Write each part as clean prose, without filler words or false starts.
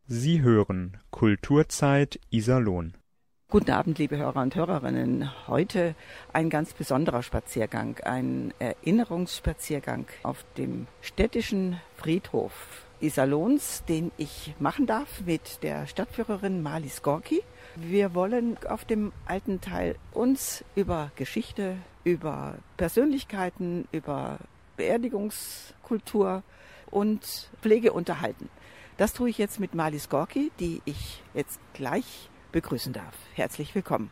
Sie hören Kulturzeit Iserlohn. Guten Abend, liebe Hörer und Hörerinnen. Heute ein ganz besonderer Spaziergang, ein Erinnerungsspaziergang auf dem städtischen Friedhof Iserlohns, den ich machen darf mit der Stadtführerin Marlies Gorki. Wir wollen auf dem alten Teil uns über Geschichte, über Persönlichkeiten, über Beerdigungskultur und Pflege unterhalten. Das tue ich jetzt mit Marlies Gorki, die ich jetzt gleich begrüßen darf. Herzlich willkommen.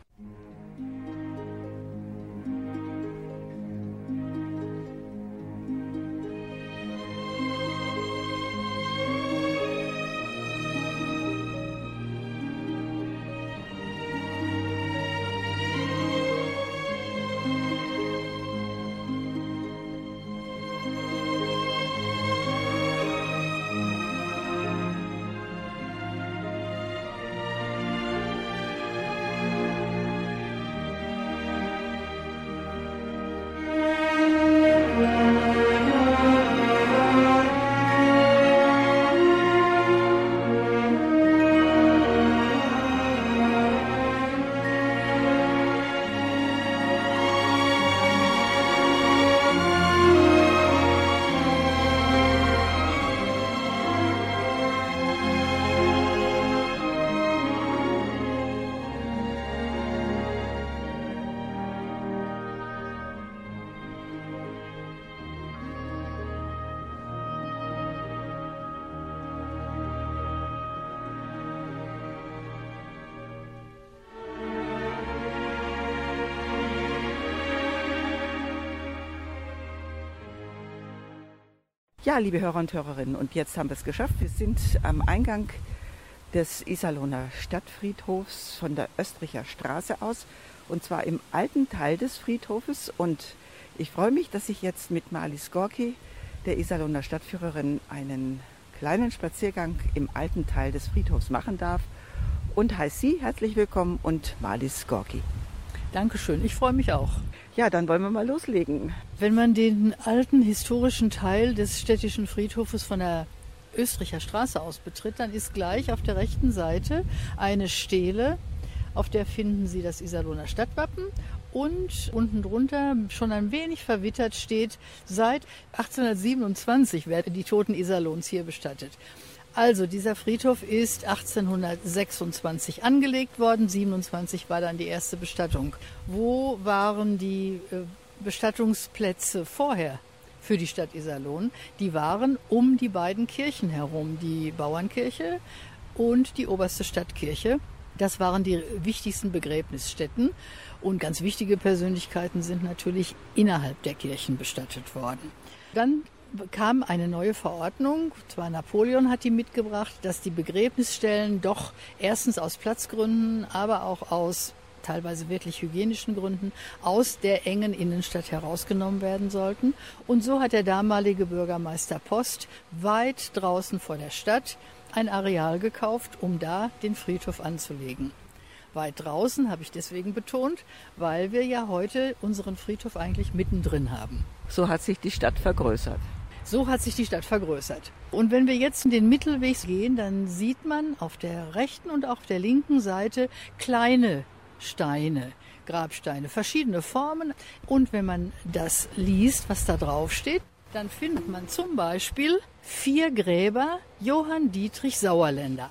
Ja, liebe Hörer und Hörerinnen, und jetzt haben wir es geschafft. Wir sind am Eingang des Iserlohner Stadtfriedhofs von der Östricher Straße aus, und zwar im alten Teil des Friedhofes. Und ich freue mich, dass ich jetzt mit Marlies Gorki, der Iserlohner Stadtführerin, einen kleinen Spaziergang im alten Teil des Friedhofs machen darf. Und heiße Sie herzlich willkommen und Marlies Gorki. Dankeschön, ich freue mich auch. Ja, dann wollen wir mal loslegen. Wenn man den alten historischen Teil des städtischen Friedhofes von der Östricher Straße aus betritt, dann ist gleich auf der rechten Seite eine Stele, auf der finden Sie das Iserlohner Stadtwappen, und unten drunter, schon ein wenig verwittert, steht: Seit 1827 werden die Toten Iserlohns hier bestattet. Also dieser Friedhof ist 1826 angelegt worden, 27 war dann die erste Bestattung. Wo waren die Bestattungsplätze vorher für die Stadt Iserlohn? Die waren um die beiden Kirchen herum, die Bauernkirche und die oberste Stadtkirche. Das waren die wichtigsten Begräbnisstätten, und ganz wichtige Persönlichkeiten sind natürlich innerhalb der Kirchen bestattet worden. Dann kam eine neue Verordnung, zwar Napoleon hat die mitgebracht, dass die Begräbnisstellen doch erstens aus Platzgründen, aber auch aus teilweise wirklich hygienischen Gründen aus der engen Innenstadt herausgenommen werden sollten. Und so hat der damalige Bürgermeister Post weit draußen vor der Stadt ein Areal gekauft, um da den Friedhof anzulegen. Weit draußen habe ich deswegen betont, weil wir ja heute unseren Friedhof eigentlich mittendrin haben. So hat sich die Stadt vergrößert. So hat sich die Stadt vergrößert. Und wenn wir jetzt den Mittelweg gehen, dann sieht man auf der rechten und auch auf der linken Seite kleine Steine, Grabsteine, verschiedene Formen. Und wenn man das liest, was da drauf steht, dann findet man zum Beispiel 4 Gräber Johann Dietrich Sauerländer,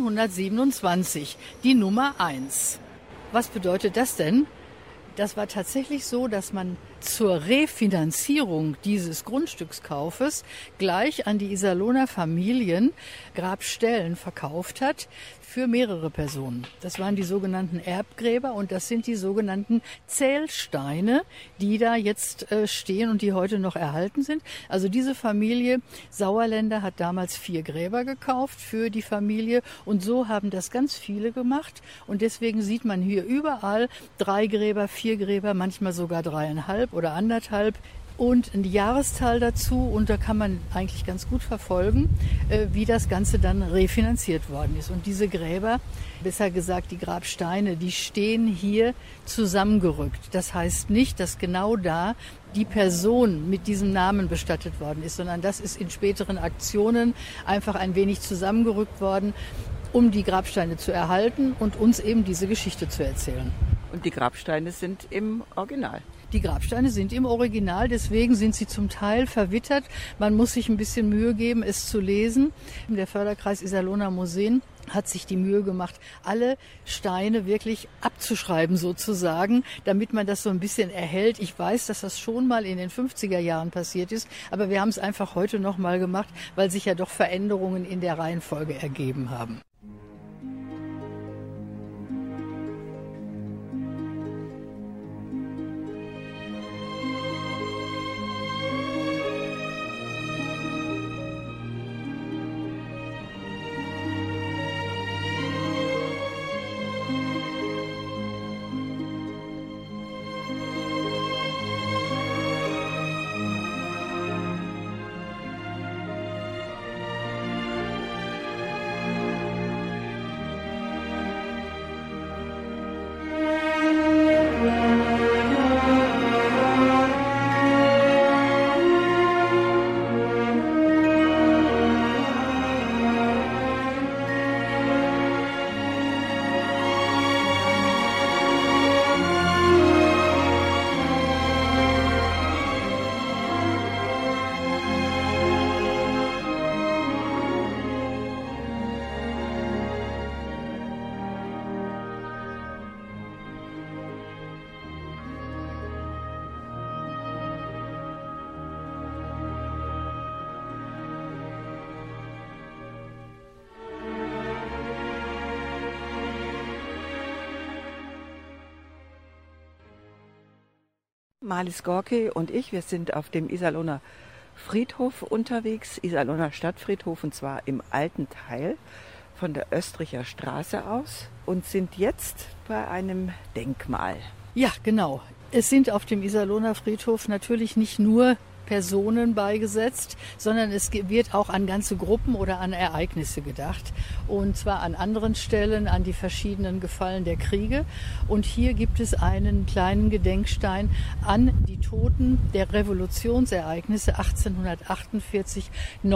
1827, die Nummer 1. Was bedeutet das denn? Das war tatsächlich so, dass man zur Refinanzierung dieses Grundstückskaufes gleich an die Iserlohner Familien Grabstellen verkauft hat für mehrere Personen. Das waren die sogenannten Erbgräber, und das sind die sogenannten Zählsteine, die da jetzt stehen und die heute noch erhalten sind. Also diese Familie Sauerländer hat damals 4 Gräber gekauft für die Familie, und so haben das ganz viele gemacht, und deswegen sieht man hier überall 3 Gräber, 4 Gräber, manchmal sogar 3,5 oder 1,5 und eine Jahreszahl dazu, und da kann man eigentlich ganz gut verfolgen, wie das Ganze dann refinanziert worden ist. Und diese Gräber, besser gesagt die Grabsteine, die stehen hier zusammengerückt. Das heißt nicht, dass genau da die Person mit diesem Namen bestattet worden ist, sondern das ist in späteren Aktionen einfach ein wenig zusammengerückt worden. um die Grabsteine zu erhalten und uns eben diese Geschichte zu erzählen. Und die Grabsteine sind im Original. Die Grabsteine sind im Original, deswegen sind sie zum Teil verwittert. Man muss sich ein bisschen Mühe geben, es zu lesen. Der Förderkreis Iserlohner Museen hat sich die Mühe gemacht, alle Steine wirklich abzuschreiben sozusagen, damit man das so ein bisschen erhält. Ich weiß, dass das schon mal in den 50er Jahren passiert ist, aber wir haben es einfach heute noch mal gemacht, weil sich ja doch Veränderungen in der Reihenfolge ergeben haben. Marlies Gorki und ich, wir sind auf dem Iserlohner Friedhof unterwegs, Iserlohner Stadtfriedhof, und zwar im alten Teil von der Östricher Straße aus und sind jetzt bei einem Denkmal. Ja, genau. Es sind auf dem Iserlohner Friedhof natürlich nicht nur Personen beigesetzt, sondern es wird auch an ganze Gruppen oder an Ereignisse gedacht. Und zwar an anderen Stellen, an die verschiedenen Gefallen der Kriege. Und hier gibt es einen kleinen Gedenkstein an die Toten der Revolutionsereignisse 1848,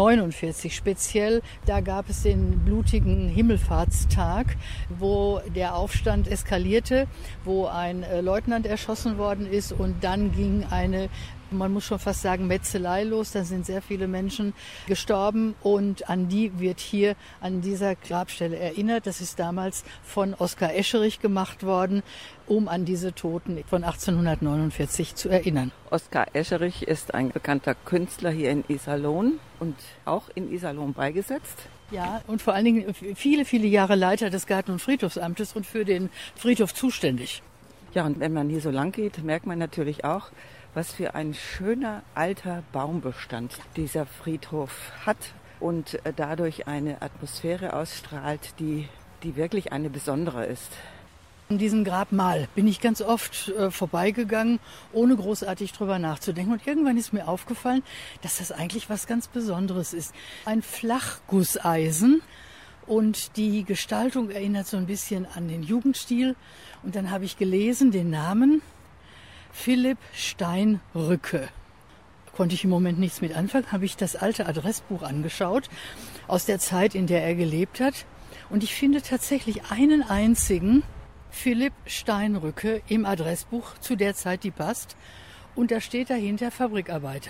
49 speziell. Da gab es den blutigen Himmelfahrtstag, wo der Aufstand eskalierte, wo ein Leutnant erschossen worden ist und dann ging eine, man muss schon fast sagen, Metzelei los. Da sind sehr viele Menschen gestorben und an die wird hier an dieser Grabstelle erinnert. Das ist damals von Oskar Escherich gemacht worden, um an diese Toten von 1849 zu erinnern. Oskar Escherich ist ein bekannter Künstler hier in Iserlohn und auch in Iserlohn beigesetzt. Ja, und vor allen Dingen viele, viele Jahre Leiter des Garten- und Friedhofsamtes und für den Friedhof zuständig. Ja, und wenn man hier so lang geht, merkt man natürlich auch, was für ein schöner alter Baumbestand dieser Friedhof hat und dadurch eine Atmosphäre ausstrahlt, die wirklich eine besondere ist. An diesem Grabmal bin ich ganz oft vorbeigegangen, ohne großartig drüber nachzudenken. Und irgendwann ist mir aufgefallen, dass das eigentlich was ganz Besonderes ist. Ein Flachgusseisen. Und die Gestaltung erinnert so ein bisschen an den Jugendstil. Und dann habe ich gelesen den Namen Philipp Steinrücke. Konnte ich im Moment nichts mit anfangen, habe ich das alte Adressbuch angeschaut, aus der Zeit, in der er gelebt hat. Und ich finde tatsächlich einen einzigen Philipp Steinrücke im Adressbuch zu der Zeit, die passt. Und da steht dahinter Fabrikarbeiter.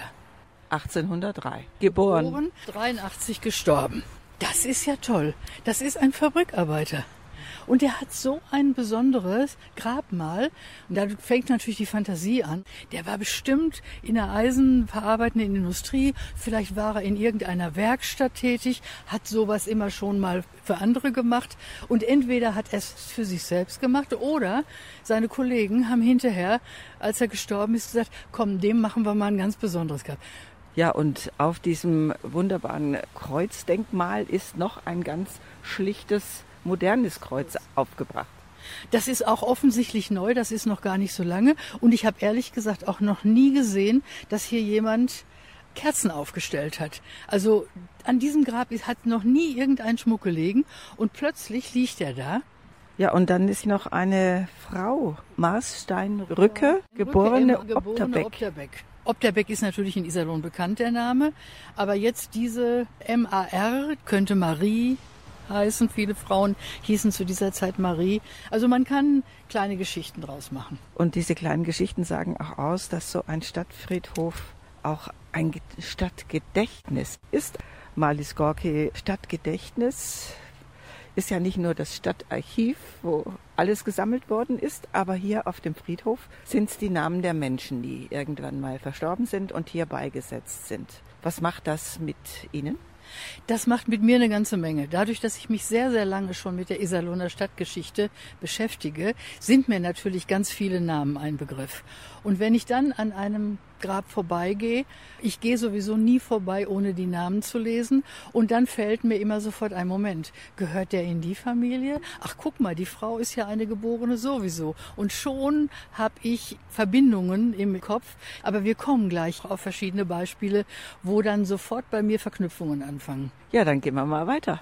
1803. Geboren. 83 gestorben. Das ist ja toll. Das ist ein Fabrikarbeiter. Und der hat so ein besonderes Grabmal. Und da fängt natürlich die Fantasie an. Der war bestimmt in der eisenverarbeitenden Industrie. Vielleicht war er in irgendeiner Werkstatt tätig, hat sowas immer schon mal für andere gemacht. Und entweder hat er es für sich selbst gemacht oder seine Kollegen haben hinterher, als er gestorben ist, gesagt, komm, dem machen wir mal ein ganz besonderes Grab. Ja, und auf diesem wunderbaren Kreuzdenkmal ist noch ein ganz schlichtes, modernes Kreuz aufgebracht. Das ist auch offensichtlich neu, das ist noch gar nicht so lange. Und ich habe ehrlich gesagt auch noch nie gesehen, dass hier jemand Kerzen aufgestellt hat. Also an diesem Grab hat noch nie irgendein Schmuck gelegen und plötzlich liegt er da. Ja, und dann ist noch eine Frau, Mars Steinrücke, geborene Opterbeck. Opterbeck ist natürlich in Iserlohn bekannt, der Name. Aber jetzt diese MAR könnte Marie heißen. Viele Frauen hießen zu dieser Zeit Marie. Also man kann kleine Geschichten draus machen. Und diese kleinen Geschichten sagen auch aus, dass so ein Stadtfriedhof auch ein Stadtgedächtnis ist. Marlies Gorki Stadtgedächtnis ist ja nicht nur das Stadtarchiv, wo alles gesammelt worden ist, aber hier auf dem Friedhof sind es die Namen der Menschen, die irgendwann mal verstorben sind und hier beigesetzt sind. Was macht das mit Ihnen? Das macht mit mir eine ganze Menge. Dadurch, dass ich mich sehr, sehr lange schon mit der Iserlohner Stadtgeschichte beschäftige, sind mir natürlich ganz viele Namen ein Begriff. Und wenn ich dann an einem Grab vorbeigehe, ich gehe sowieso nie vorbei, ohne die Namen zu lesen. Und dann fällt mir immer sofort ein Moment, gehört der in die Familie? Ach, guck mal, die Frau ist ja eine Geborene sowieso. Und schon habe ich Verbindungen im Kopf. Aber wir kommen gleich auf verschiedene Beispiele, wo dann sofort bei mir Verknüpfungen anfangen. Ja, dann gehen wir mal weiter.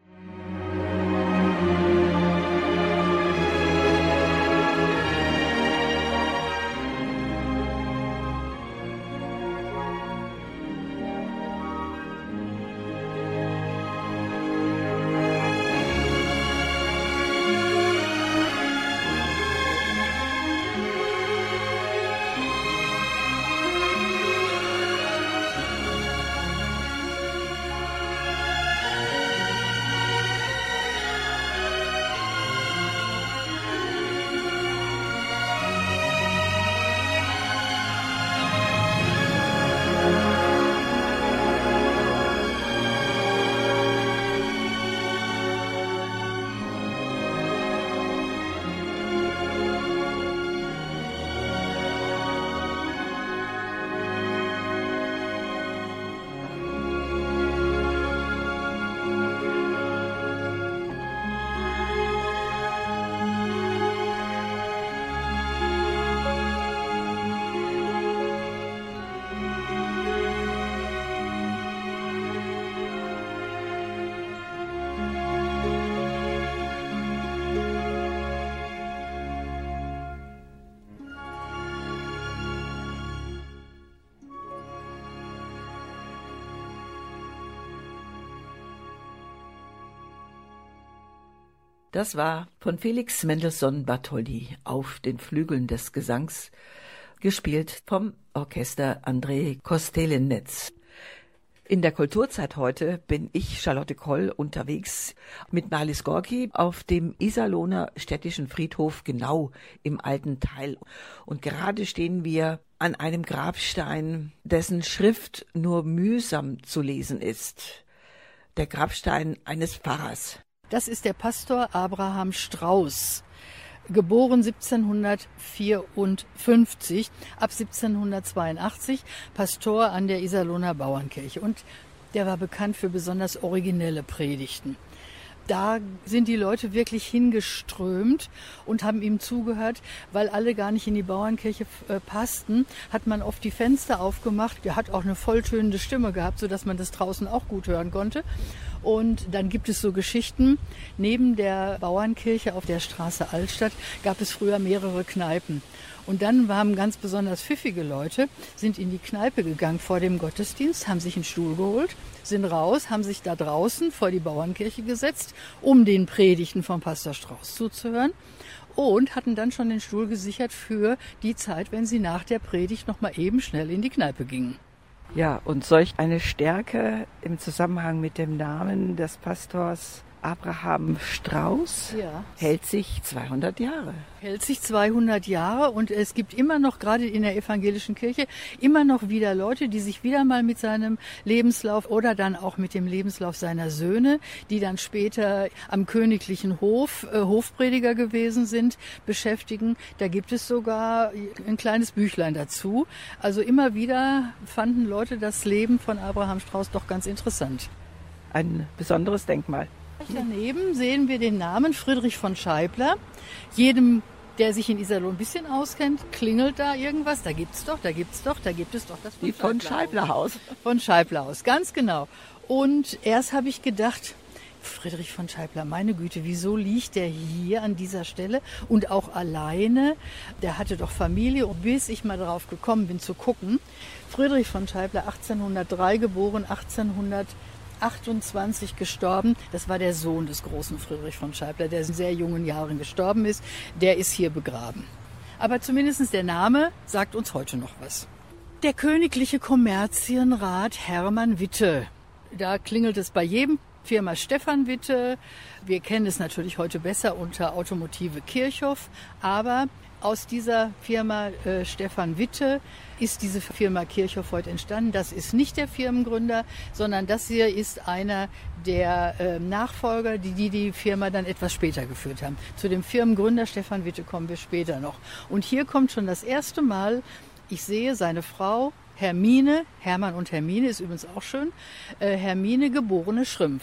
Das war von Felix Mendelssohn Bartholdy auf den Flügeln des Gesangs, gespielt vom Orchester Andrei Kostelenetz. In der Kulturzeit heute bin ich, Charlotte Koll, unterwegs mit Marlies Gorki auf dem Iserlohner städtischen Friedhof, genau im alten Teil. Und gerade stehen wir an einem Grabstein, dessen Schrift nur mühsam zu lesen ist. Der Grabstein eines Pfarrers. Das ist der Pastor Abraham Strauß, geboren 1754, ab 1782, Pastor an der Iserlohner Bauernkirche. Und der war bekannt für besonders originelle Predigten. Da sind die Leute wirklich hingeströmt und haben ihm zugehört, weil alle gar nicht in die Bauernkirche passten, hat man oft die Fenster aufgemacht. Der hat auch eine volltönende Stimme gehabt, sodass man das draußen auch gut hören konnte. Und dann gibt es so Geschichten. Neben der Bauernkirche auf der Straße Altstadt gab es früher mehrere Kneipen. Und dann haben ganz besonders pfiffige Leute, sind in die Kneipe gegangen vor dem Gottesdienst, haben sich einen Stuhl geholt, sind raus, haben sich da draußen vor die Bauernkirche gesetzt, um den Predigten vom Pastor Strauß zuzuhören und hatten dann schon den Stuhl gesichert für die Zeit, wenn sie nach der Predigt noch mal eben schnell in die Kneipe gingen. Ja, und solch eine Stärke im Zusammenhang mit dem Namen des Pastors Abraham Strauß hält sich 200 Jahre. Hält sich 200 Jahre und es gibt immer noch, gerade in der evangelischen Kirche, immer noch wieder Leute, die sich wieder mal mit seinem Lebenslauf oder dann auch mit dem Lebenslauf seiner Söhne, die dann später am königlichen Hof Hofprediger gewesen sind, beschäftigen. Da gibt es sogar ein kleines Büchlein dazu. Also immer wieder fanden Leute das Leben von Abraham Strauß doch ganz interessant. Ein besonderes Denkmal. Daneben sehen wir den Namen Friedrich von Scheibler. Jedem, der sich in Iserlohn ein bisschen auskennt, klingelt da irgendwas. Da gibt es doch das von Scheiblerhaus. Von Scheiblerhaus, ganz genau. Und erst habe ich gedacht, Friedrich von Scheibler, meine Güte, wieso liegt der hier an dieser Stelle und auch alleine? Der hatte doch Familie, und bis ich mal drauf gekommen bin zu gucken. Friedrich von Scheibler, 1803 geboren, 1800 1928 gestorben. Das war der Sohn des großen Friedrich von Scheibler, der in sehr jungen Jahren gestorben ist. Der ist hier begraben. Aber zumindest der Name sagt uns heute noch was. Der königliche Kommerzienrat Hermann Witte. Da klingelt es bei jedem. Firma Stefan Witte. Wir kennen es natürlich heute besser unter Automotive Kirchhoff. Aber aus dieser Firma Stefan Witte ist diese Firma Kirchhoff heute entstanden. Das ist nicht der Firmengründer, sondern das hier ist einer der Nachfolger, die Firma dann etwas später geführt haben. Zu dem Firmengründer Stefan Witte kommen wir später noch. Und hier kommt schon das erste Mal, ich sehe seine Frau Hermine, Hermann und Hermine ist übrigens auch schön, Hermine geborene Schrimpf.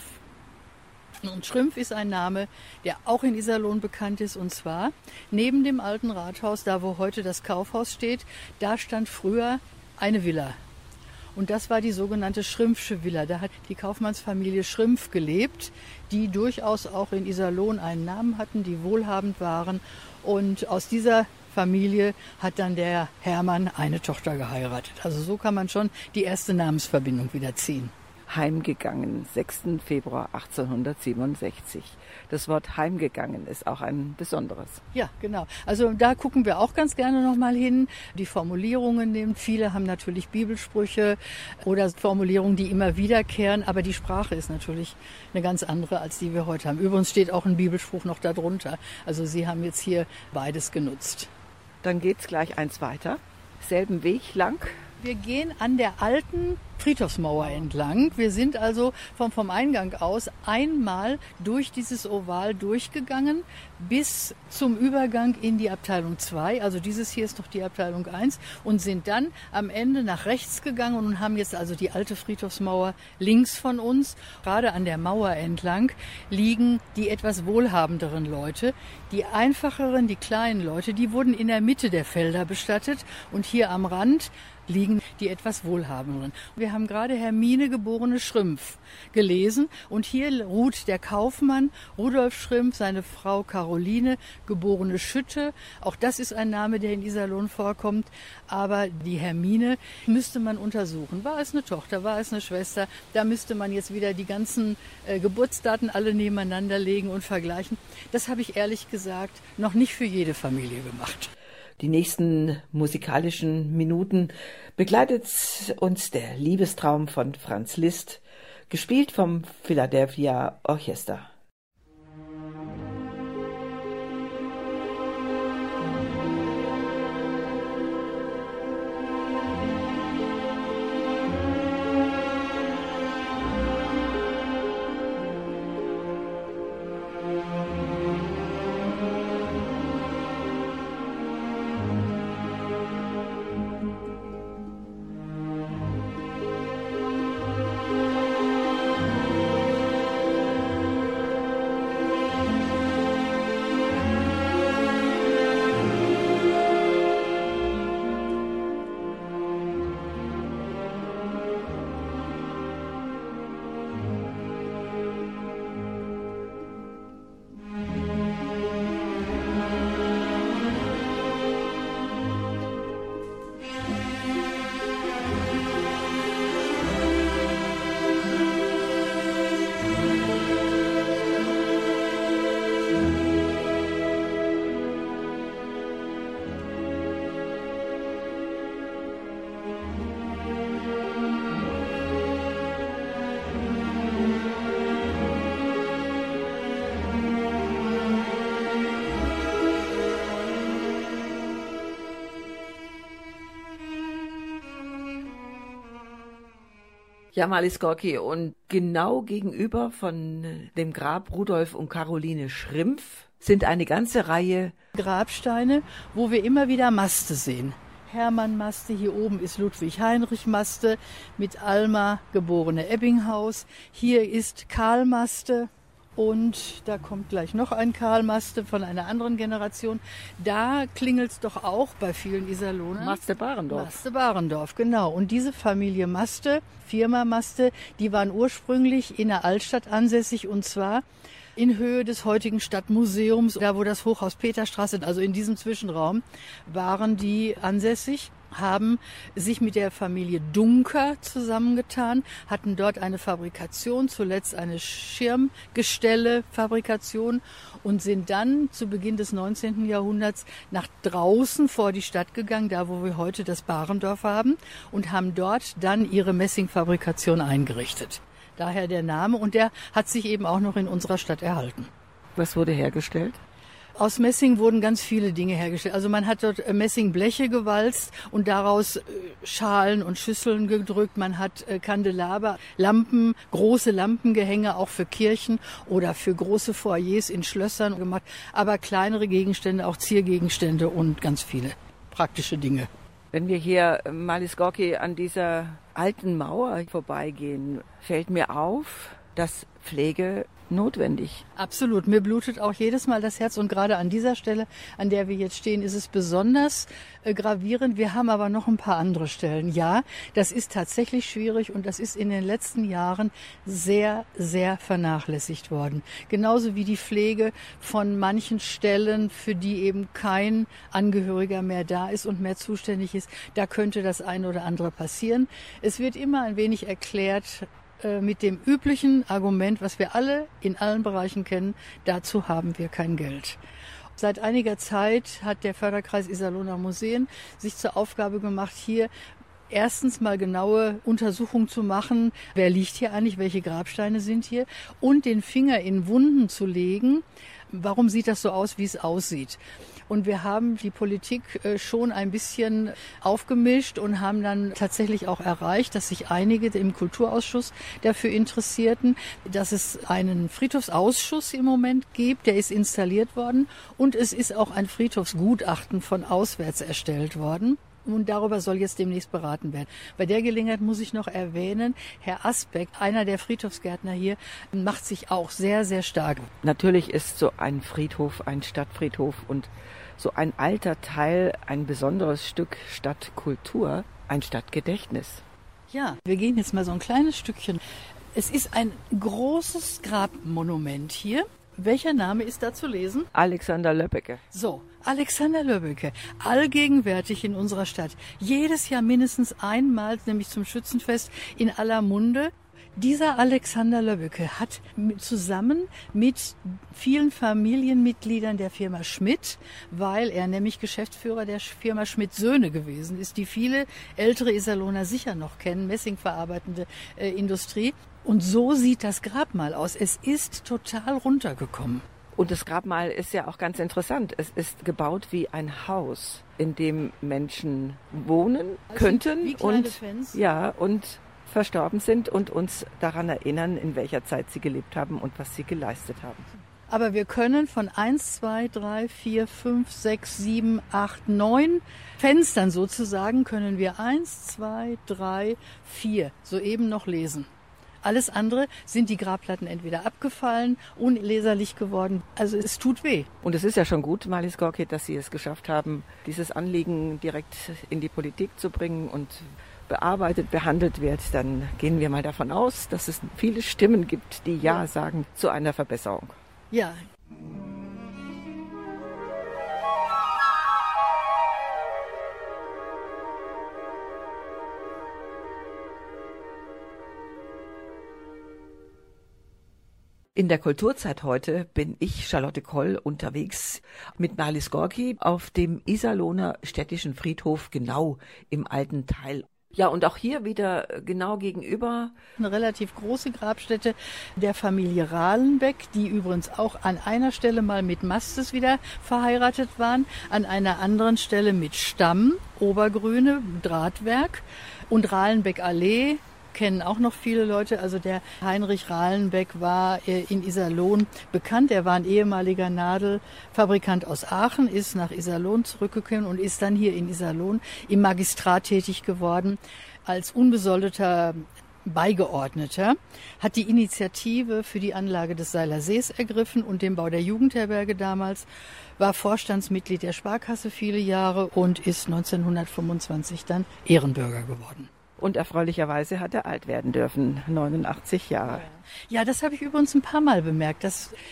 Und Schrimpf ist ein Name, der auch in Iserlohn bekannt ist. Und zwar neben dem alten Rathaus, da wo heute das Kaufhaus steht, da stand früher eine Villa. Und das war die sogenannte Schrimpfsche Villa. Da hat die Kaufmannsfamilie Schrimpf gelebt, die durchaus auch in Iserlohn einen Namen hatten, die wohlhabend waren. Und aus dieser Familie hat dann der Hermann eine Tochter geheiratet. Also so kann man schon die erste Namensverbindung wieder ziehen. Heimgegangen, 6. Februar 1867. Das Wort heimgegangen ist auch ein besonderes. Ja, genau. Also da gucken wir auch ganz gerne nochmal hin. Die Formulierungen nehmen. Viele haben natürlich Bibelsprüche oder Formulierungen, die immer wiederkehren. Aber die Sprache ist natürlich eine ganz andere, als die wir heute haben. Übrigens steht auch ein Bibelspruch noch darunter. Also Sie haben jetzt hier beides genutzt. Dann geht's gleich eins weiter. Selben Weg lang. Wir gehen an der alten Friedhofsmauer entlang. Wir sind also vom Eingang aus einmal durch dieses Oval durchgegangen bis zum Übergang in die Abteilung 2. Also dieses hier ist doch die Abteilung 1 und sind dann am Ende nach rechts gegangen und haben jetzt also die alte Friedhofsmauer links von uns. Gerade an der Mauer entlang liegen die etwas wohlhabenderen Leute. Die einfacheren, die kleinen Leute, die wurden in der Mitte der Felder bestattet und hier am Rand liegen die etwas wohlhabenderen. Wir haben gerade Hermine geborene Schrimpf gelesen und hier ruht der Kaufmann Rudolf Schrimpf, seine Frau Caroline geborene Schütte. Auch das ist ein Name, der in Iserlohn vorkommt. Aber die Hermine müsste man untersuchen. War es eine Tochter, war es eine Schwester? Da müsste man jetzt wieder die ganzen Geburtsdaten alle nebeneinander legen und vergleichen. Das habe ich ehrlich gesagt noch nicht für jede Familie gemacht. Die nächsten musikalischen Minuten begleitet uns der Liebestraum von Franz Liszt, gespielt vom Philadelphia Orchester. Ja, Marlies Gorki, und genau gegenüber von dem Grab Rudolf und Caroline Schrimpf sind eine ganze Reihe Grabsteine, wo wir immer wieder Maste sehen. Hermann-Maste, hier oben ist Ludwig-Heinrich-Maste mit Alma, geborene Ebbinghaus. Hier ist Karl-Maste. Und da kommt gleich noch ein Karl-Maste von einer anderen Generation. Da klingelt es doch auch bei vielen Iserlohnern. Maste Barendorf. Maste Barendorf, genau. Und diese Familie Maste, Firma Maste, die waren ursprünglich in der Altstadt ansässig. Und zwar in Höhe des heutigen Stadtmuseums, da wo das Hochhaus Peterstraße, also in diesem Zwischenraum, waren die ansässig, haben sich mit der Familie Dunker zusammengetan, hatten dort eine Fabrikation, zuletzt eine Schirmgestelle-Fabrikation und sind dann zu Beginn des 19. Jahrhunderts nach draußen vor die Stadt gegangen, da wo wir heute das Barendorf haben, und haben dort dann ihre Messingfabrikation eingerichtet. Daher der Name, und der hat sich eben auch noch in unserer Stadt erhalten. Was wurde hergestellt? Aus Messing wurden ganz viele Dinge hergestellt. Also man hat dort Messingbleche gewalzt und daraus Schalen und Schüsseln gedrückt. Man hat Kandelaber, Lampen, große Lampengehänge auch für Kirchen oder für große Foyers in Schlössern gemacht. Aber kleinere Gegenstände, auch Ziergegenstände und ganz viele praktische Dinge. Wenn wir hier, Marlies Gorki, an dieser alten Mauer vorbeigehen, fällt mir auf, dass Pflege notwendig. Absolut. Mir blutet auch jedes Mal das Herz und gerade an dieser Stelle, an der wir jetzt stehen, ist es besonders gravierend. Wir haben aber noch ein paar andere Stellen. Ja, das ist tatsächlich schwierig und das ist in den letzten Jahren sehr, sehr vernachlässigt worden. Genauso wie die Pflege von manchen Stellen, für die eben kein Angehöriger mehr da ist und mehr zuständig ist. Da könnte das eine oder andere passieren. Es wird immer ein wenig erklärt, mit dem üblichen Argument, was wir alle in allen Bereichen kennen, dazu haben wir kein Geld. Seit einiger Zeit hat der Förderkreis Iserlohner Museen sich zur Aufgabe gemacht, hier erstens mal genaue Untersuchungen zu machen, wer liegt hier eigentlich, welche Grabsteine sind hier, und den Finger in Wunden zu legen, warum sieht das so aus, wie es aussieht. Und wir haben die Politik schon ein bisschen aufgemischt und haben dann tatsächlich auch erreicht, dass sich einige im Kulturausschuss dafür interessierten, dass es einen Friedhofsausschuss im Moment gibt, der ist installiert worden, und es ist auch ein Friedhofsgutachten von auswärts erstellt worden. Und darüber soll jetzt demnächst beraten werden. Bei der Gelegenheit muss ich noch erwähnen, Herr Asbeck, einer der Friedhofsgärtner hier, macht sich auch sehr, sehr stark. Natürlich ist so ein Friedhof ein Stadtfriedhof und so ein alter Teil ein besonderes Stück Stadtkultur, ein Stadtgedächtnis. Ja, wir gehen jetzt mal so ein kleines Stückchen. Es ist ein großes Grabmonument hier. Welcher Name ist da zu lesen? Alexander Löbbecke. So, Alexander Löbbecke, allgegenwärtig in unserer Stadt. Jedes Jahr mindestens einmal, nämlich zum Schützenfest, in aller Munde. Dieser Alexander Löbbecke hat zusammen mit vielen Familienmitgliedern der Firma Schmidt, weil er nämlich Geschäftsführer der Firma Schmidt Söhne gewesen ist, die viele ältere Iserlohner sicher noch kennen, messingverarbeitende Industrie. Und so sieht das Grabmal aus. Es ist total runtergekommen. Und das Grabmal ist ja auch ganz interessant. Es ist gebaut wie ein Haus, in dem Menschen wohnen könnten wie kleine und Fans. Ja, und verstorben sind und uns daran erinnern, in welcher Zeit sie gelebt haben und was sie geleistet haben. Aber wir können von 1, 2, 3, 4, 5, 6, 7, 8, 9 Fenstern sozusagen, können wir 1, 2, 3, 4 soeben noch lesen. Alles andere sind die Grabplatten entweder abgefallen, unleserlich geworden. Also es tut weh. Und es ist ja schon gut, Marlies Gorki, dass Sie es geschafft haben, dieses Anliegen direkt in die Politik zu bringen und bearbeitet, behandelt wird. Dann gehen wir mal davon aus, dass es viele Stimmen gibt, die Ja sagen zu einer Verbesserung. Ja. In der Kulturzeit heute bin ich, Charlotte Koll, unterwegs mit Marlies Gorki auf dem Iserlohner städtischen Friedhof, genau im alten Teil. Ja, und auch hier wieder genau gegenüber eine relativ große Grabstätte der Familie Rahlenbeck, die übrigens auch an einer Stelle mal mit Mastes wieder verheiratet waren, an einer anderen Stelle mit Stamm, Obergrüne, Drahtwerk und Rahlenbeck Allee. Kennen auch noch viele Leute. Also der Heinrich Rahlenbeck war in Iserlohn bekannt. Er war ein ehemaliger Nadelfabrikant aus Aachen, ist nach Iserlohn zurückgekommen und ist dann hier in Iserlohn im Magistrat tätig geworden als unbesoldeter Beigeordneter, hat die Initiative für die Anlage des Seiler Sees ergriffen und den Bau der Jugendherberge damals, war Vorstandsmitglied der Sparkasse viele Jahre und ist 1925 dann Ehrenbürger geworden. Und erfreulicherweise hat er alt werden dürfen, 89 Jahre. Ja, das habe ich übrigens ein paar Mal bemerkt, dass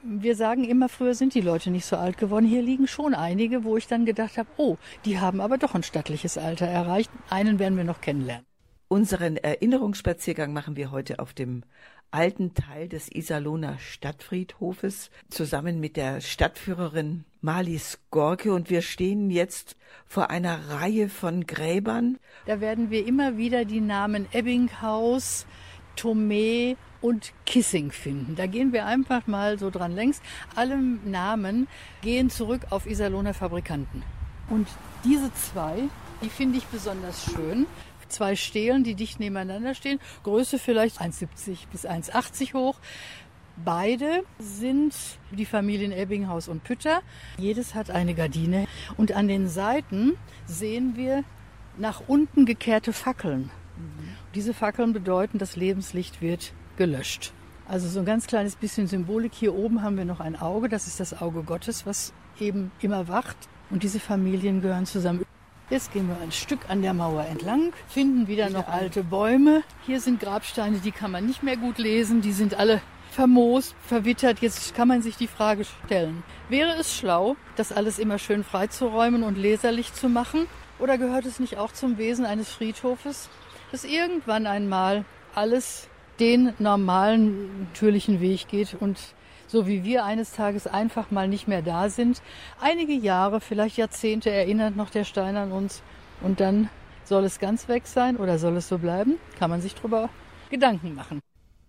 Wir sagen immer, früher sind die Leute nicht so alt geworden. Hier liegen schon einige, wo ich dann gedacht habe, oh, die haben aber doch ein stattliches Alter erreicht. Einen werden wir noch kennenlernen. Unseren Erinnerungsspaziergang machen wir heute auf dem alten Teil des Iserlohner Stadtfriedhofes zusammen mit der Stadtführerin Marlies Gorke, und wir stehen jetzt vor einer Reihe von Gräbern. Da werden wir immer wieder die Namen Ebbinghaus, Thomé und Kissing finden. Da gehen wir einfach mal so dran längs. Alle Namen gehen zurück auf Iserlohner Fabrikanten. Und diese zwei, die finde ich besonders schön. 2 Stelen, die dicht nebeneinander stehen. Größe vielleicht 1,70 bis 1,80 hoch. Beide sind die Familien Ebbinghaus und Pütter. Jedes hat eine Gardine. Und an den Seiten sehen wir nach unten gekehrte Fackeln. Diese Fackeln bedeuten, das Lebenslicht wird gelöscht. Also so ein ganz kleines bisschen Symbolik. Hier oben haben wir noch ein Auge. Das ist das Auge Gottes, was eben immer wacht. Und diese Familien gehören zusammen. Jetzt gehen wir ein Stück an der Mauer entlang, finden wieder noch alte Bäume. Hier sind Grabsteine, die kann man nicht mehr gut lesen. Die sind alle vermoost, verwittert. Jetzt kann man sich die Frage stellen, wäre es schlau, das alles immer schön freizuräumen und leserlich zu machen? Oder gehört es nicht auch zum Wesen eines Friedhofes, dass irgendwann einmal alles den normalen, natürlichen Weg geht und so wie wir eines Tages einfach mal nicht mehr da sind. Einige Jahre, vielleicht Jahrzehnte erinnert noch der Stein an uns. Und dann soll es ganz weg sein oder soll es so bleiben? Kann man sich drüber Gedanken machen.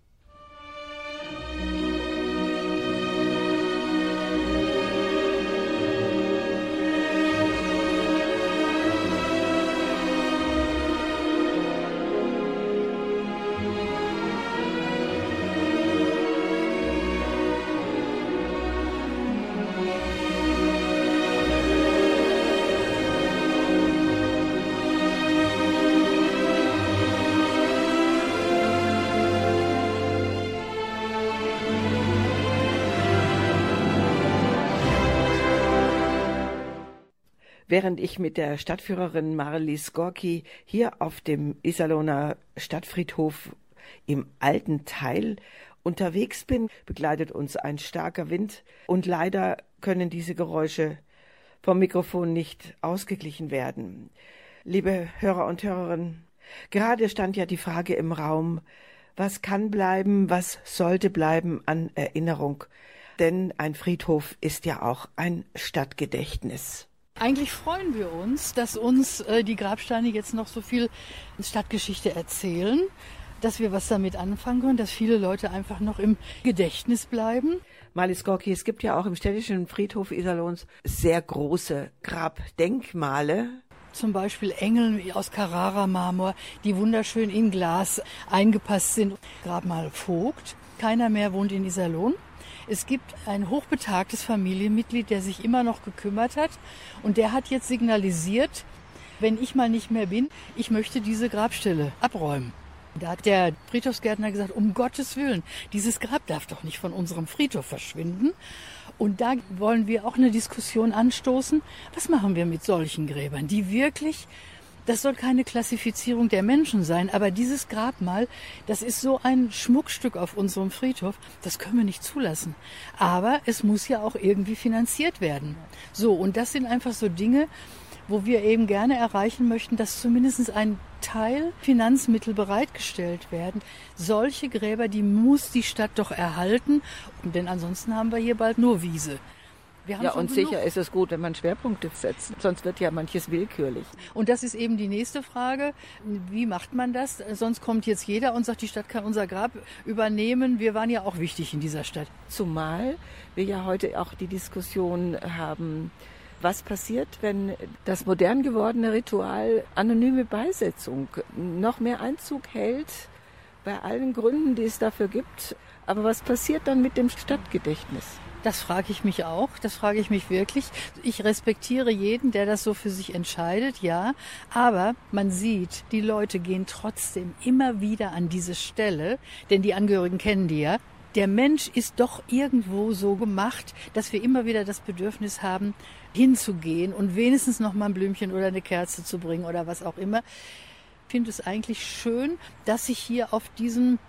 Während ich mit der Stadtführerin Marlies Gorki hier auf dem Iserlohner Stadtfriedhof im alten Teil unterwegs bin, begleitet uns ein starker Wind und leider können diese Geräusche vom Mikrofon nicht ausgeglichen werden. Liebe Hörer und Hörerinnen, gerade stand ja die Frage im Raum, was kann bleiben, was sollte bleiben an Erinnerung? Denn ein Friedhof ist ja auch ein Stadtgedächtnis. Eigentlich freuen wir uns, dass uns die Grabsteine jetzt noch so viel Stadtgeschichte erzählen, dass wir was damit anfangen können, dass viele Leute einfach noch im Gedächtnis bleiben. Marlies Gorki, es gibt ja auch im städtischen Friedhof Iserlohns sehr große Grabdenkmale. Zum Beispiel Engel aus Carrara-Marmor, die wunderschön in Glas eingepasst sind. Grabmal Vogt, keiner mehr wohnt in Iserlohn. Es gibt ein hochbetagtes Familienmitglied, der sich immer noch gekümmert hat. Und der hat jetzt signalisiert, wenn ich mal nicht mehr bin, ich möchte diese Grabstelle abräumen. Da hat der Friedhofsgärtner gesagt, um Gottes Willen, dieses Grab darf doch nicht von unserem Friedhof verschwinden. Und da wollen wir auch eine Diskussion anstoßen. Was machen wir mit solchen Gräbern, die wirklich... Das soll keine Klassifizierung der Menschen sein, aber dieses Grabmal, das ist so ein Schmuckstück auf unserem Friedhof, das können wir nicht zulassen. Aber es muss ja auch irgendwie finanziert werden. So, und das sind einfach so Dinge, wo wir eben gerne erreichen möchten, dass zumindest ein Teil Finanzmittel bereitgestellt werden. Solche Gräber, die muss die Stadt doch erhalten, denn ansonsten haben wir hier bald nur Wiese. Ja, und sicher ist es gut, wenn man Schwerpunkte setzt, sonst wird ja manches willkürlich. Und das ist eben die nächste Frage, wie macht man das? Sonst kommt jetzt jeder und sagt, die Stadt kann unser Grab übernehmen. Wir waren ja auch wichtig in dieser Stadt. Zumal wir ja heute auch die Diskussion haben, was passiert, wenn das modern gewordene Ritual anonyme Beisetzung noch mehr Einzug hält, bei allen Gründen, die es dafür gibt. Aber was passiert dann mit dem Stadtgedächtnis? Das frage ich mich auch, das frage ich mich wirklich. Ich respektiere jeden, der das so für sich entscheidet, ja. Aber man sieht, die Leute gehen trotzdem immer wieder an diese Stelle, denn die Angehörigen kennen die ja. Der Mensch ist doch irgendwo so gemacht, dass wir immer wieder das Bedürfnis haben, hinzugehen und wenigstens noch mal ein Blümchen oder eine Kerze zu bringen oder was auch immer. Ich finde es eigentlich schön, dass sich hier auf diesem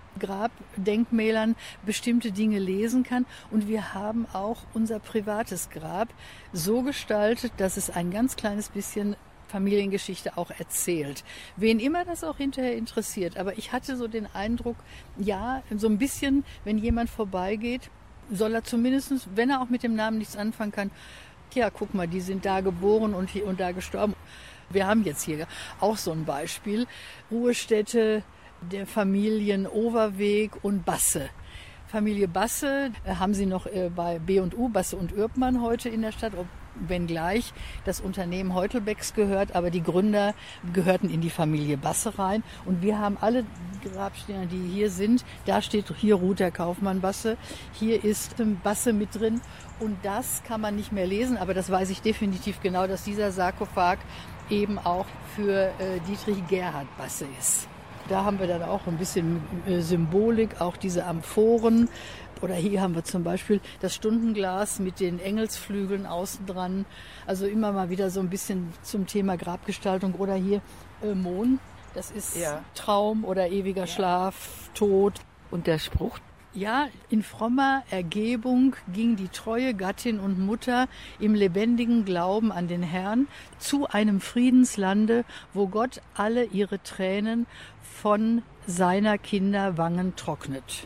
Grabdenkmälern bestimmte Dinge lesen kann. Und wir haben auch unser privates Grab so gestaltet, dass es ein ganz kleines bisschen Familiengeschichte auch erzählt. Wen immer das auch hinterher interessiert. Aber ich hatte so den Eindruck, ja, so ein bisschen, wenn jemand vorbeigeht, soll er zumindest, wenn er auch mit dem Namen nichts anfangen kann, ja, guck mal, die sind da geboren und hier und da gestorben. Wir haben jetzt hier auch so ein Beispiel. Ruhestätte der Familien Overweg und Basse. Familie Basse haben Sie noch bei B&U, Basse und Ürpmann heute in der Stadt, wenngleich das Unternehmen Heutelbecks gehört, aber die Gründer gehörten in die Familie Basse rein. Und wir haben alle Grabsteine, die hier sind, da steht, hier ruht der Kaufmann Basse, hier ist Basse mit drin. Und das kann man nicht mehr lesen, aber das weiß ich definitiv genau, dass dieser Sarkophag eben auch für Dietrich Gerhard Basse ist. Da haben wir dann auch ein bisschen Symbolik, auch diese Amphoren. Oder hier haben wir zum Beispiel das Stundenglas mit den Engelsflügeln außen dran. Also immer mal wieder so ein bisschen zum Thema Grabgestaltung. Oder hier Mohn, das ist Traum oder ewiger Schlaf, Tod. Und der Spruch? Ja, in frommer Ergebung ging die treue Gattin und Mutter im lebendigen Glauben an den Herrn zu einem Friedenslande, wo Gott alle ihre Tränen von seiner Kinder Wangen trocknet.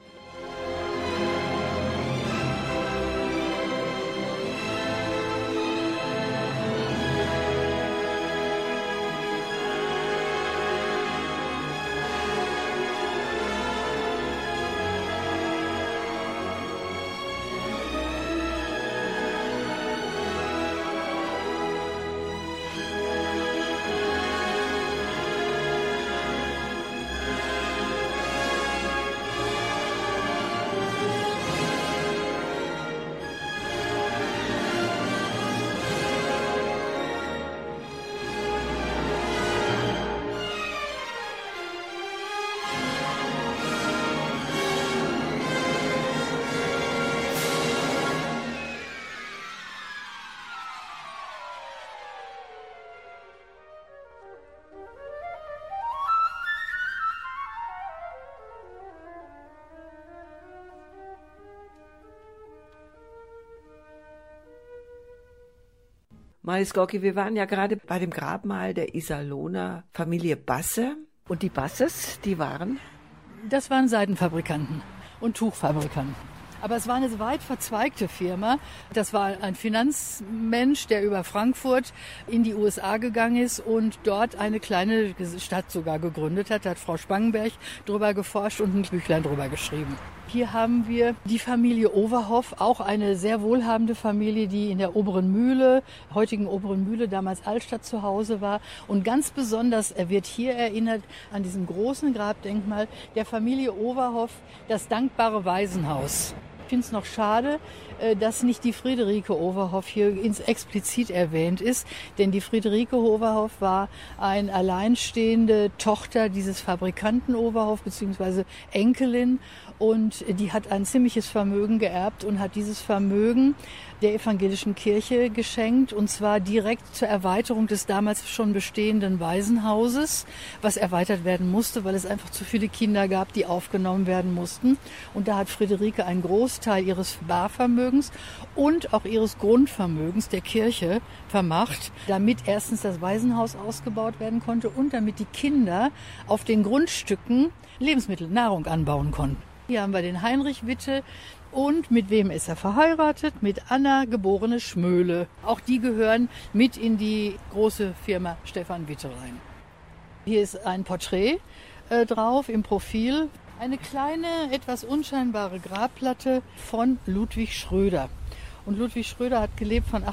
Maris Gorki, wir waren ja gerade bei dem Grabmal der Iserlohner Familie Basse. Und die Basses, die waren? Das waren Seidenfabrikanten und Tuchfabrikanten. Aber es war eine weit verzweigte Firma. Das war ein Finanzmensch, der über Frankfurt in die USA gegangen ist und dort eine kleine Stadt sogar gegründet hat. Da hat Frau Spangenberg drüber geforscht und ein Büchlein drüber geschrieben. Hier haben wir die Familie Overhoff, auch eine sehr wohlhabende Familie, die in der Oberen Mühle, heutigen Oberen Mühle, damals Altstadt zu Hause war. Und ganz besonders wird hier erinnert an diesem großen Grabdenkmal der Familie Overhoff, das dankbare Waisenhaus. Ich finde es noch schade, dass nicht die Friederike Overhoff hier explizit erwähnt ist, denn die Friederike Overhoff war eine alleinstehende Tochter dieses Fabrikanten Overhoff bzw. Enkelin und die hat ein ziemliches Vermögen geerbt und hat dieses Vermögen der evangelischen Kirche geschenkt und zwar direkt zur Erweiterung des damals schon bestehenden Waisenhauses, was erweitert werden musste, weil es einfach zu viele Kinder gab, die aufgenommen werden mussten. Und da hat Friederike einen Großteil ihres Barvermögens und auch ihres Grundvermögens der Kirche vermacht, damit erstens das Waisenhaus ausgebaut werden konnte und damit die Kinder auf den Grundstücken Lebensmittel, Nahrung anbauen konnten. Hier haben wir den Heinrich Witte. Und mit wem ist er verheiratet? Mit Anna, geborene Schmöhle. Auch die gehören mit in die große Firma Stefan Witte rein. Hier ist ein Porträt drauf im Profil. Eine kleine, etwas unscheinbare Grabplatte von Ludwig Schröder. Und Ludwig Schröder hat gelebt von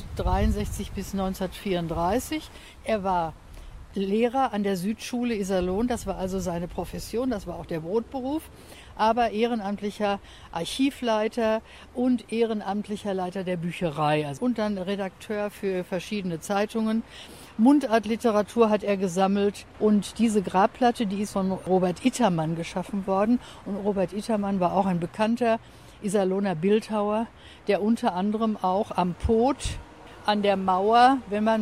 1863 bis 1934. Er war Lehrer an der Südschule Iserlohn. Das war also seine Profession, das war auch der Brotberuf. Aber ehrenamtlicher Archivleiter und ehrenamtlicher Leiter der Bücherei. Und dann Redakteur für verschiedene Zeitungen. Mundartliteratur hat er gesammelt. Und diese Grabplatte, die ist von Robert Ittermann geschaffen worden. Und Robert Ittermann war auch ein bekannter Iserlohner Bildhauer, der unter anderem auch am Pot, an der Mauer, wenn man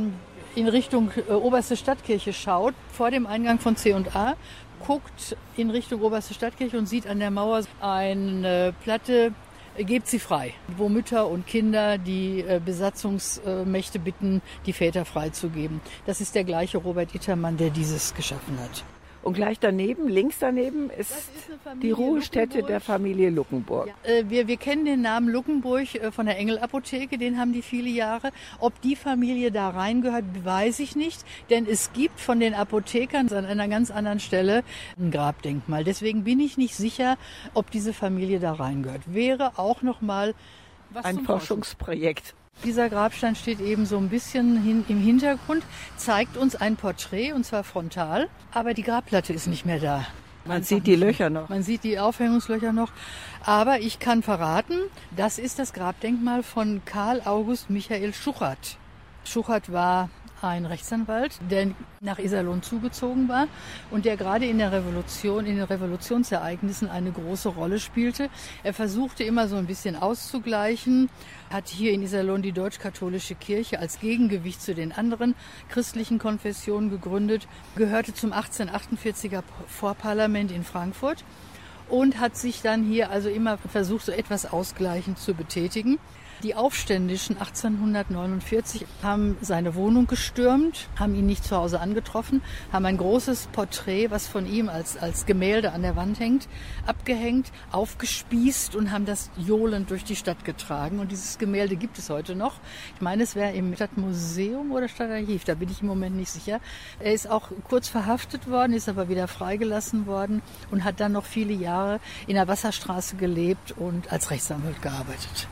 in Richtung Oberste Stadtkirche schaut, vor dem Eingang von C&A, guckt in Richtung Oberste Stadtkirche und sieht an der Mauer eine Platte, gebt sie frei, wo Mütter und Kinder die Besatzungsmächte bitten, die Väter freizugeben. Das ist der gleiche Robert Ittermann, der dieses geschaffen hat. Und gleich daneben, links daneben, ist die Ruhestätte der Familie Luckenburg. Ja, wir kennen den Namen Luckenburg von der Engel-Apotheke, den haben die viele Jahre. Ob die Familie da reingehört, weiß ich nicht, denn es gibt von den Apothekern an einer ganz anderen Stelle ein Grabdenkmal. Deswegen bin ich nicht sicher, ob diese Familie da reingehört. Wäre auch nochmal was ein Forschungsprojekt. Dieser Grabstein steht eben so ein bisschen im Hintergrund, zeigt uns ein Porträt, und zwar frontal, aber die Grabplatte ist nicht mehr da. Man sieht die Löcher noch. Man sieht die Aufhängungslöcher noch. Aber ich kann verraten, das ist das Grabdenkmal von Karl August Michael Schuchert. Schuchert war ein Rechtsanwalt, der nach Iserlohn zugezogen war und der gerade in der Revolution, in den Revolutionsereignissen eine große Rolle spielte. Er versuchte immer so ein bisschen auszugleichen, hat hier in Iserlohn die deutsch-katholische Kirche als Gegengewicht zu den anderen christlichen Konfessionen gegründet, gehörte zum 1848er Vorparlament in Frankfurt und hat sich dann hier also immer versucht, so etwas ausgleichend zu betätigen. Die Aufständischen 1849 haben seine Wohnung gestürmt, haben ihn nicht zu Hause angetroffen, haben ein großes Porträt, was von ihm als Gemälde an der Wand hängt, abgehängt, aufgespießt und haben das johlend durch die Stadt getragen. Und dieses Gemälde gibt es heute noch. Ich meine, es wäre im Stadtmuseum oder Stadtarchiv, da bin ich im Moment nicht sicher. Er ist auch kurz verhaftet worden, ist aber wieder freigelassen worden und hat dann noch viele Jahre in der Wasserstraße gelebt und als Rechtsanwalt gearbeitet.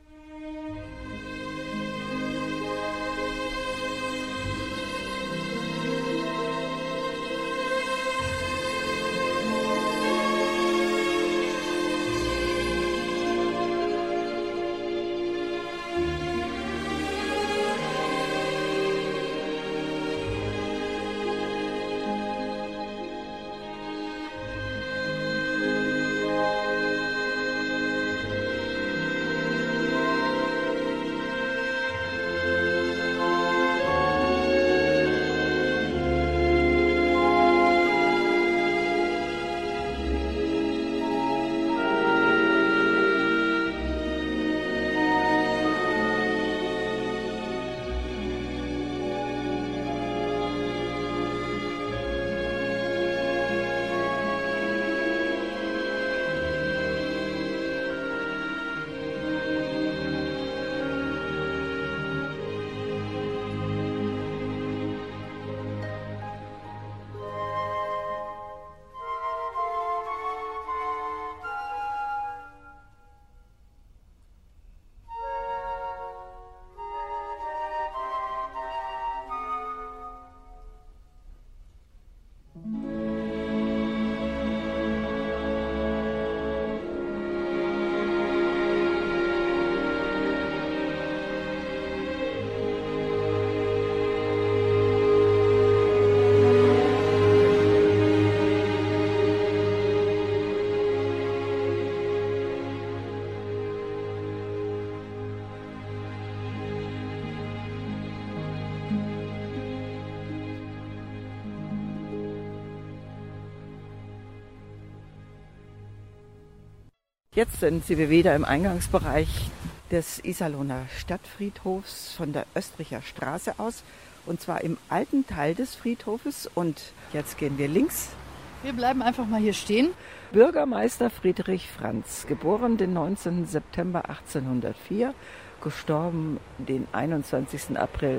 Jetzt sind Sie wieder im Eingangsbereich des Iserlohner Stadtfriedhofs von der Östricher Straße aus, und zwar im alten Teil des Friedhofes. Und jetzt gehen wir links. Wir bleiben einfach mal hier stehen. Bürgermeister Friedrich Franz, geboren den 19. September 1804, gestorben den 21. April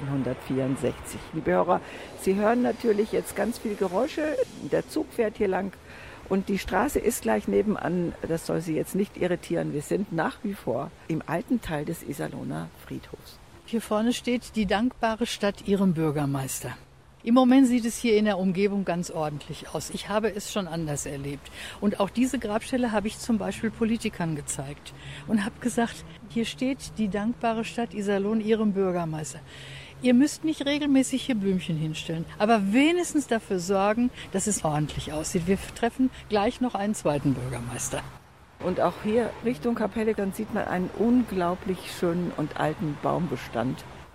1864. Liebe Hörer, Sie hören natürlich jetzt ganz viele Geräusche. Der Zug fährt hier lang. Und die Straße ist gleich nebenan, das soll Sie jetzt nicht irritieren. Wir sind nach wie vor im alten Teil des Iserlohner Friedhofs. Hier vorne steht die dankbare Stadt Ihrem Bürgermeister. Im Moment sieht es hier in der Umgebung ganz ordentlich aus. Ich habe es schon anders erlebt. Und auch diese Grabstelle habe ich zum Beispiel Politikern gezeigt und habe gesagt, hier steht die dankbare Stadt Iserlohn Ihrem Bürgermeister. Ihr müsst nicht regelmäßig hier Blümchen hinstellen, aber wenigstens dafür sorgen, dass es ordentlich aussieht. Wir treffen gleich noch einen zweiten Bürgermeister. Und auch hier Richtung Kapelle, dann sieht man einen unglaublich schönen und alten Baumbestand.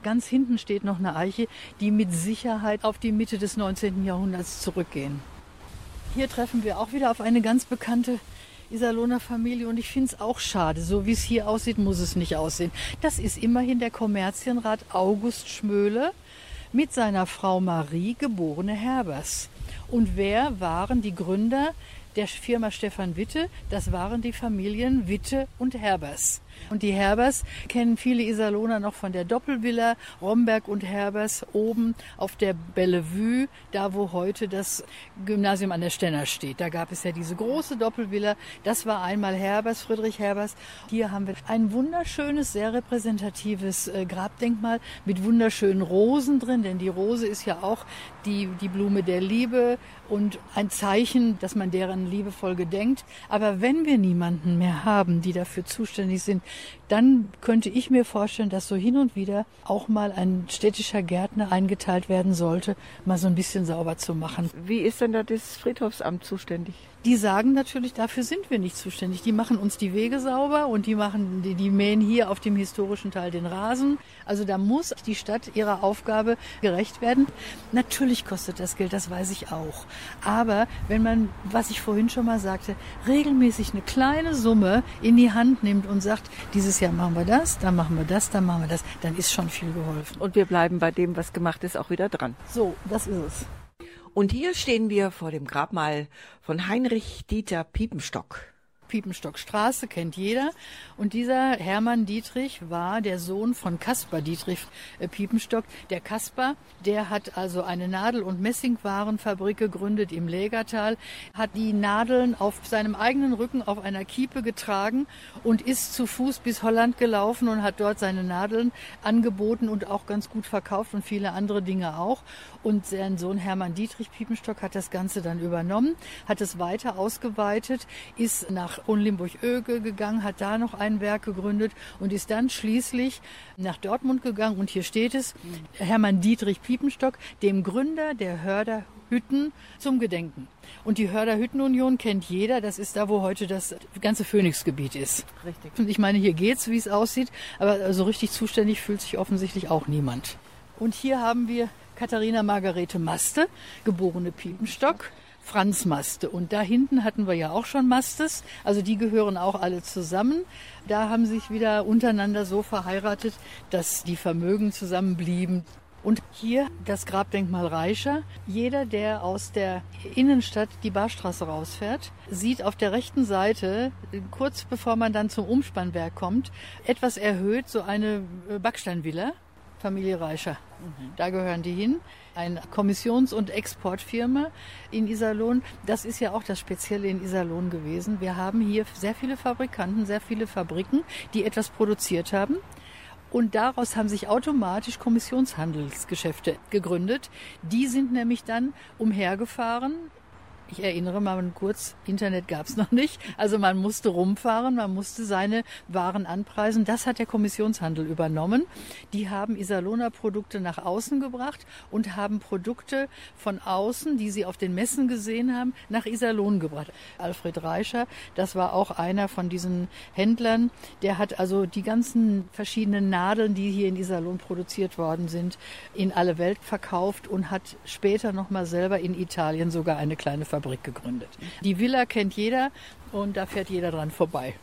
Ganz hinten steht noch eine Eiche, die mit Sicherheit auf die Mitte des 19. Jahrhunderts zurückgehen. Hier treffen wir auch wieder auf eine ganz bekannte Iserlohner Familie und ich finde es auch schade. So wie es hier aussieht, muss es nicht aussehen. Das ist immerhin der Kommerzienrat August Schmöhle mit seiner Frau Marie, geborene Herbers. Und wer waren die Gründer der Firma Stephan Witte? Das waren die Familien Witte und Herbers. Und die Herbers kennen viele Iserlohner noch von der Doppelvilla Romberg und Herbers oben auf der Bellevue, da wo heute das Gymnasium an der Stenner steht. Da gab es ja diese große Doppelvilla. Das war einmal Herbers, Friedrich Herbers. Hier haben wir ein wunderschönes, sehr repräsentatives Grabdenkmal mit wunderschönen Rosen drin, denn die Rose ist ja auch die Blume der Liebe und ein Zeichen, dass man deren liebevoll gedenkt. Aber wenn wir niemanden mehr haben, die dafür zuständig sind, dann könnte ich mir vorstellen, dass so hin und wieder auch mal ein städtischer Gärtner eingeteilt werden sollte, mal so ein bisschen sauber zu machen. Wie ist denn da das Friedhofsamt zuständig? Die sagen natürlich, dafür sind wir nicht zuständig. Die machen uns die Wege sauber und die mähen hier auf dem historischen Teil den Rasen. Also da muss die Stadt ihrer Aufgabe gerecht werden. Natürlich kostet das Geld, das weiß ich auch. Aber wenn man, was ich vorhin schon mal sagte, regelmäßig eine kleine Summe in die Hand nimmt und sagt, dieses Jahr machen wir das, dann machen wir das, dann machen wir das, dann ist schon viel geholfen. Und wir bleiben bei dem, was gemacht ist, auch wieder dran. So, das ist es. Und hier stehen wir vor dem Grabmal von Heinrich Dieter Piepenstock. Piepenstockstraße kennt jeder. Und dieser Hermann Dietrich war der Sohn von Caspar Dietrich Piepenstock. Der Caspar, der hat also eine Nadel- und Messingwarenfabrik gegründet im Lägertal, hat die Nadeln auf seinem eigenen Rücken auf einer Kiepe getragen und ist zu Fuß bis Holland gelaufen und hat dort seine Nadeln angeboten und auch ganz gut verkauft und viele andere Dinge auch. Und sein Sohn Hermann Dietrich Piepenstock hat das Ganze dann übernommen, hat es weiter ausgeweitet, ist nach Hohenlimburg-Oeke gegangen, hat da noch ein Werk gegründet und ist dann schließlich nach Dortmund gegangen. Und hier steht es, Hermann Dietrich Piepenstock, dem Gründer der Hörder Hütten zum Gedenken. Und die Hörder Hüttenunion kennt jeder, das ist da, wo heute das ganze Phoenixgebiet ist. Richtig. Und ich meine, hier geht's, wie es aussieht, aber so richtig zuständig fühlt sich offensichtlich auch niemand. Und hier haben wir Katharina Margarete Maste, geborene Piepenstock, Franz Maste. Und da hinten hatten wir ja auch schon Mastes, also die gehören auch alle zusammen. Da haben sich wieder untereinander so verheiratet, dass die Vermögen zusammenblieben. Und hier das Grabdenkmal Reicher. Jeder, der aus der Innenstadt die Barstraße rausfährt, sieht auf der rechten Seite, kurz bevor man dann zum Umspannwerk kommt, etwas erhöht so eine Backsteinvilla. Familie Reicher. Da gehören die hin. Eine Kommissions- und Exportfirma in Iserlohn. Das ist ja auch das Spezielle in Iserlohn gewesen. Wir haben hier sehr viele Fabrikanten, sehr viele Fabriken, die etwas produziert haben. Und daraus haben sich automatisch Kommissionshandelsgeschäfte gegründet. Die sind nämlich dann umhergefahren. Ich erinnere mal kurz, Internet gab es noch nicht. Also man musste rumfahren, man musste seine Waren anpreisen. Das hat der Kommissionshandel übernommen. Die haben Iserlohner Produkte nach außen gebracht und haben Produkte von außen, die sie auf den Messen gesehen haben, nach Iserlohn gebracht. Alfred Reicher, das war auch einer von diesen Händlern. Der hat also die ganzen verschiedenen Nadeln, die hier in Iserlohn produziert worden sind, in alle Welt verkauft und hat später nochmal selber in Italien sogar eine kleine Fabrik gegründet. Die Villa kennt jeder und da fährt jeder dran vorbei.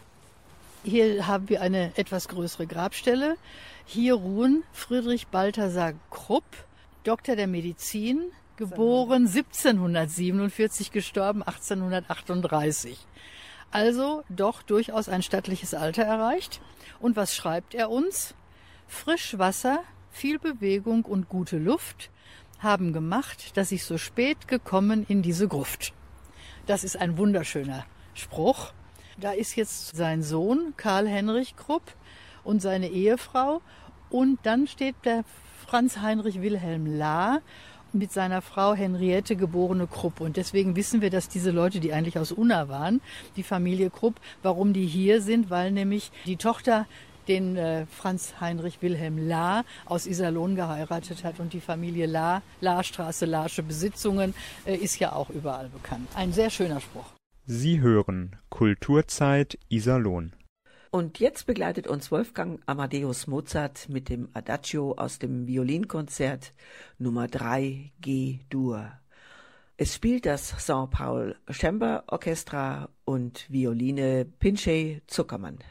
Hier haben wir eine etwas größere Grabstelle. Hier ruhen Friedrich Balthasar Krupp, Doktor der Medizin, geboren 1747, gestorben 1838. Also doch durchaus ein stattliches Alter erreicht. Und was schreibt er uns? Frisch Wasser, viel Bewegung und gute Luft haben gemacht, dass ich so spät gekommen in diese Gruft. Das ist ein wunderschöner Spruch. Da ist jetzt sein Sohn Karl-Heinrich Krupp und seine Ehefrau. Und dann steht der Franz Heinrich Wilhelm Lahr mit seiner Frau Henriette geborene Krupp. Und deswegen wissen wir, dass diese Leute, die eigentlich aus Unna waren, die Familie Krupp, warum die hier sind, weil nämlich die Tochter den Franz Heinrich Wilhelm Lahr aus Iserlohn geheiratet hat und die Familie Lahr, Lahrstraße, Lahrsche Besitzungen, ist ja auch überall bekannt. Ein sehr schöner Spruch. Sie hören Kulturzeit Iserlohn. Und jetzt begleitet uns Wolfgang Amadeus Mozart mit dem Adagio aus dem Violinkonzert Nummer 3 G-Dur. Es spielt das St. Paul Chamber Orchestra und Violine Pinchey Zuckermann.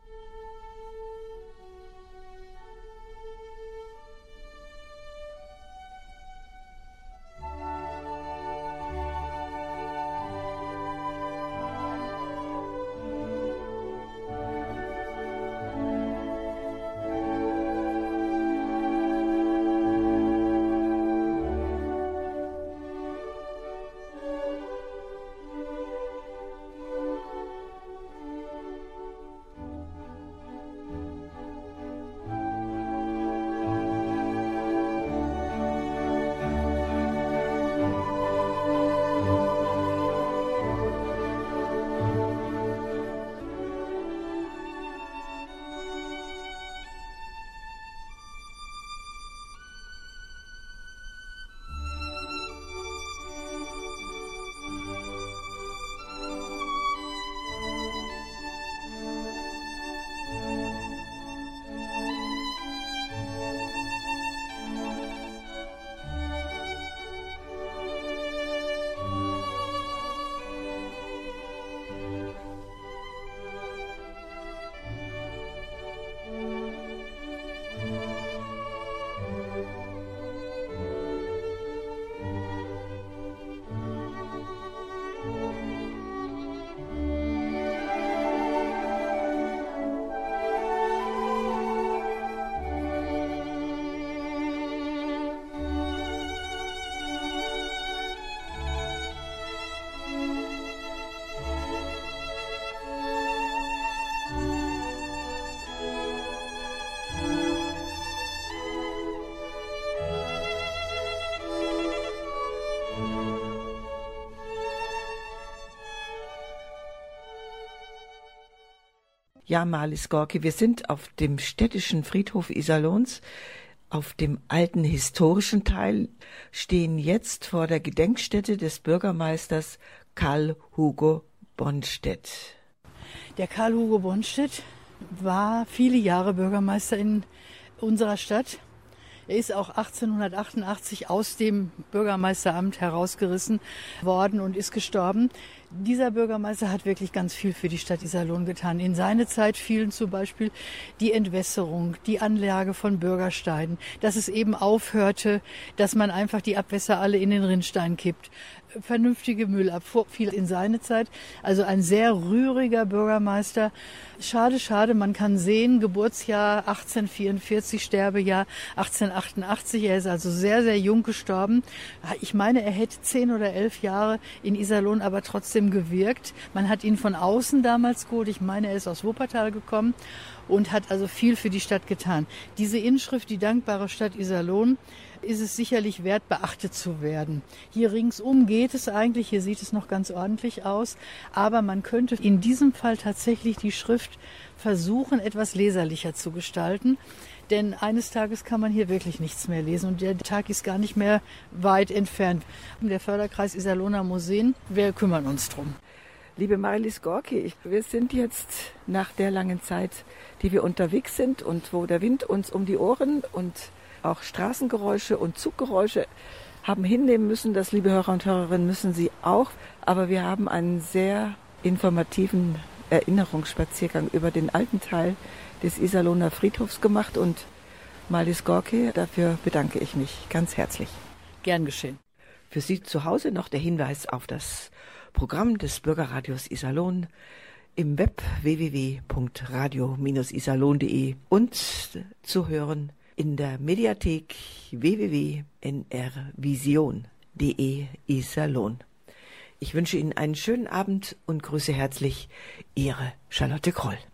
Ja, Marlies Gorki, wir sind auf dem städtischen Friedhof Iserlohns. Auf dem alten historischen Teil stehen jetzt vor der Gedenkstätte des Bürgermeisters Karl Hugo Bonstedt. Der Karl Hugo Bonstedt war viele Jahre Bürgermeister in unserer Stadt. Er ist auch 1888 aus dem Bürgermeisteramt herausgerissen worden und ist gestorben. Dieser Bürgermeister hat wirklich ganz viel für die Stadt Iserlohn getan. In seine Zeit fielen zum Beispiel die Entwässerung, die Anlage von Bürgersteinen, dass es eben aufhörte, dass man einfach die Abwässer alle in den Rinnstein kippt. Vernünftige Müllabfuhr fiel in seine Zeit. Also ein sehr rühriger Bürgermeister. Schade, man kann sehen, Geburtsjahr 1844, Sterbejahr 1888. Er ist also sehr, sehr jung gestorben. Ich meine, er hätte 10 oder 11 Jahre in Iserlohn aber trotzdem gewirkt. Man hat ihn von außen damals geholt. Ich meine, er ist aus Wuppertal gekommen und hat also viel für die Stadt getan. Diese Inschrift, die dankbare Stadt Iserlohn, ist es sicherlich wert, beachtet zu werden. Hier ringsum geht es eigentlich, hier sieht es noch ganz ordentlich aus, aber man könnte in diesem Fall tatsächlich die Schrift versuchen, etwas leserlicher zu gestalten, denn eines Tages kann man hier wirklich nichts mehr lesen und der Tag ist gar nicht mehr weit entfernt. Der Förderkreis Iserlohner Museen, wir kümmern uns drum. Liebe Marlies Gorki, wir sind jetzt nach der langen Zeit, die wir unterwegs sind und wo der Wind uns um die Ohren und auch Straßengeräusche und Zuggeräusche haben hinnehmen müssen. Das, liebe Hörer und Hörerinnen, müssen Sie auch. Aber wir haben einen sehr informativen Erinnerungsspaziergang über den alten Teil des Iserlohner Friedhofs gemacht. Und Marlies Gorki, dafür bedanke ich mich ganz herzlich. Gern geschehen. Für Sie zu Hause noch der Hinweis auf das Programm des Bürgerradios Iserlohn im Web www.radio-iserlohn.de und zu hören in der Mediathek www.nrvision.de Iserlohn. Ich wünsche Ihnen einen schönen Abend und grüße herzlich Ihre Charlotte Kroll.